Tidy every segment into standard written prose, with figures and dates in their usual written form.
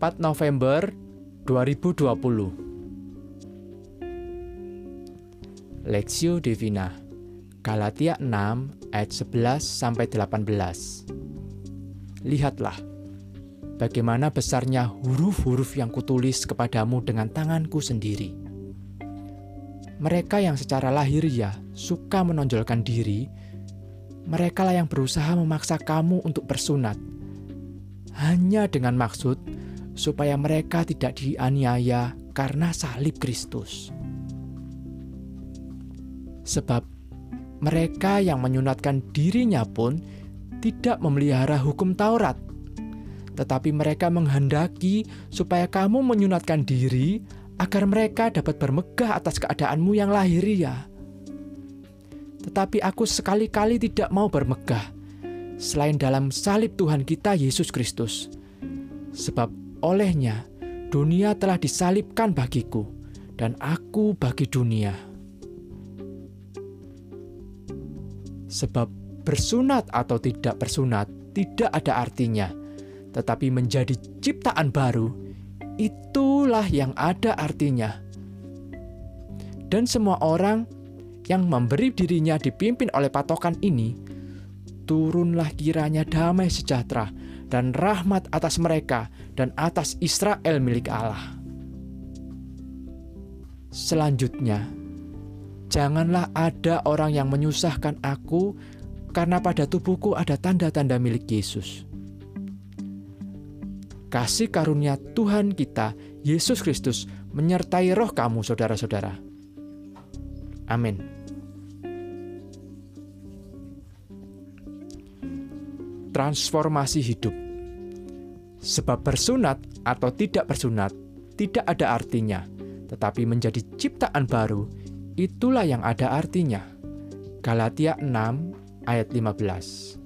4 November 2020. Lectio Divina, Galatia 6 ayat 11-18. Lihatlah, bagaimana besarnya huruf-huruf yang kutulis kepadamu dengan tanganku sendiri. Mereka yang secara lahiriah suka menonjolkan diri, merekalah yang berusaha memaksa kamu untuk bersunat, hanya dengan maksud supaya mereka tidak dianiaya karena salib Kristus. Sebab mereka yang menyunatkan dirinya pun tidak memelihara hukum Taurat, tetapi mereka menghendaki supaya kamu menyunatkan diri agar mereka dapat bermegah atas keadaanmu yang lahiriah. Tetapi aku sekali-kali tidak mau bermegah selain dalam salib Tuhan kita Yesus Kristus. Sebab olehnya dunia telah disalibkan bagiku dan aku bagi dunia. Sebab bersunat atau tidak bersunat tidak ada artinya, tetapi menjadi ciptaan baru, itulah yang ada artinya. Dan semua orang yang memberi dirinya dipimpin oleh patokan ini, turunlah kiranya damai sejahtera dan rahmat atas mereka dan atas Israel milik Allah. Selanjutnya, janganlah ada orang yang menyusahkan aku, karena pada tubuhku ada tanda-tanda milik Yesus. Kasih karunia Tuhan kita, Yesus Kristus, menyertai roh kamu, saudara-saudara. Amin. Transformasi hidup. Sebab bersunat atau tidak bersunat tidak ada artinya, tetapi menjadi ciptaan baru, itulah yang ada artinya. Galatia 6 ayat 15.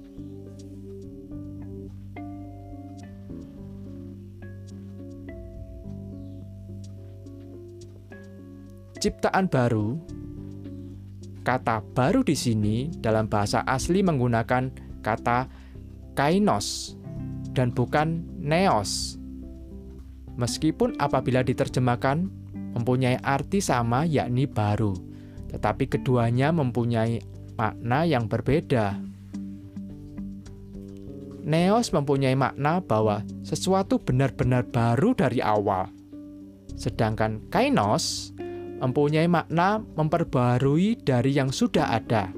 Ciptaan baru. Kata baru di sini dalam bahasa asli menggunakan kata kainos dan bukan neos. Meskipun apabila diterjemahkan mempunyai arti sama, yakni baru, tetapi keduanya mempunyai makna yang berbeda. Neos mempunyai makna bahwa sesuatu benar-benar baru dari awal, sedangkan kainos mempunyai makna memperbarui dari yang sudah ada.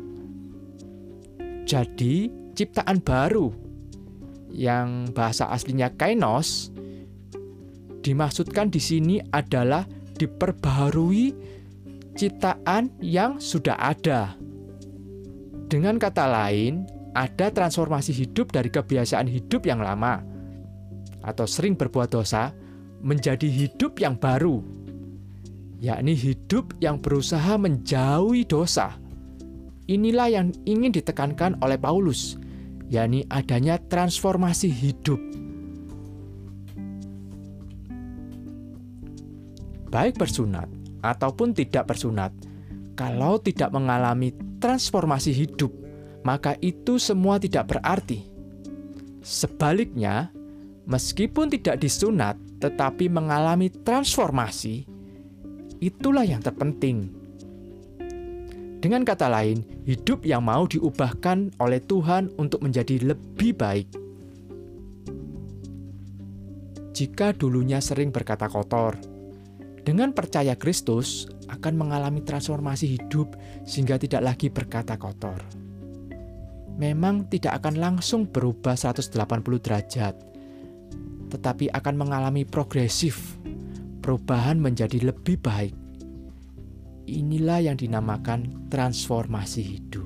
Jadi, ciptaan baru yang bahasa aslinya kainos dimaksudkan di sini adalah diperbaharui ciptaan yang sudah ada. Dengan kata lain, ada transformasi hidup dari kebiasaan hidup yang lama atau sering berbuat dosa menjadi hidup yang baru, yakni hidup yang berusaha menjauhi dosa. Inilah yang ingin ditekankan oleh Paulus, yakni adanya transformasi hidup. Baik bersunat ataupun tidak bersunat, kalau tidak mengalami transformasi hidup, maka itu semua tidak berarti. Sebaliknya, meskipun tidak disunat tetapi mengalami transformasi, itulah yang terpenting. Dengan kata lain, hidup yang mau diubahkan oleh Tuhan untuk menjadi lebih baik. Jika dulunya sering berkata kotor, dengan percaya Kristus akan mengalami transformasi hidup sehingga tidak lagi berkata kotor. Memang tidak akan langsung berubah 180 derajat, tetapi akan mengalami progresif, perubahan menjadi lebih baik. Inilah yang dinamakan transformasi hidup.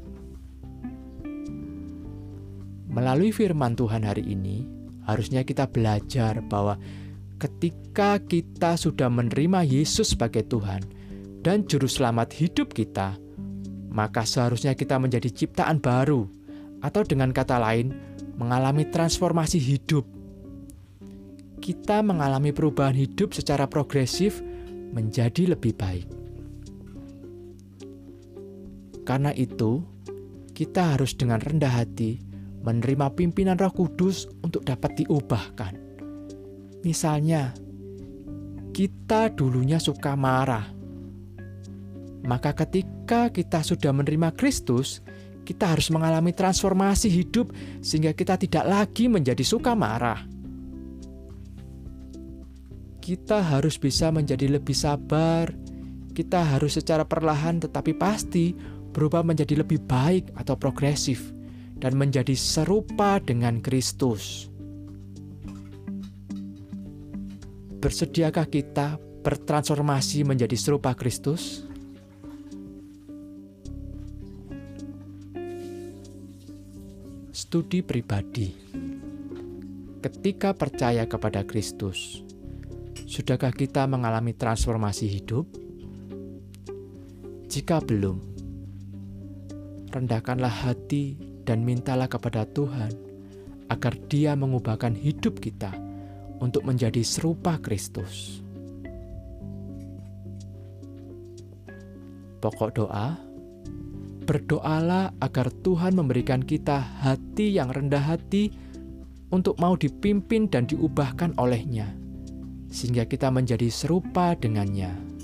Melalui firman Tuhan hari ini, harusnya kita belajar bahwa ketika kita sudah menerima Yesus sebagai Tuhan dan Juru Selamat hidup kita, maka seharusnya kita menjadi ciptaan baru, atau dengan kata lain, mengalami transformasi hidup. Kita mengalami perubahan hidup secara progresif menjadi lebih baik. Karena itu, kita harus dengan rendah hati menerima pimpinan Roh Kudus untuk dapat diubahkan. Misalnya, kita dulunya suka marah. Maka ketika kita sudah menerima Kristus, kita harus mengalami transformasi hidup sehingga kita tidak lagi menjadi suka marah. Kita harus bisa menjadi lebih sabar. Kita harus secara perlahan tetapi pasti berubah menjadi lebih baik atau progresif dan menjadi serupa dengan Kristus. Bersediakah kita bertransformasi menjadi serupa Kristus? Studi pribadi. Ketika percaya kepada Kristus, sudahkah kita mengalami transformasi hidup? Jika belum, rendahkanlah hati dan mintalah kepada Tuhan agar Dia mengubahkan hidup kita untuk menjadi serupa Kristus. Pokok doa, berdoalah agar Tuhan memberikan kita hati yang rendah hati untuk mau dipimpin dan diubahkan oleh-Nya, sehingga kita menjadi serupa dengan-Nya.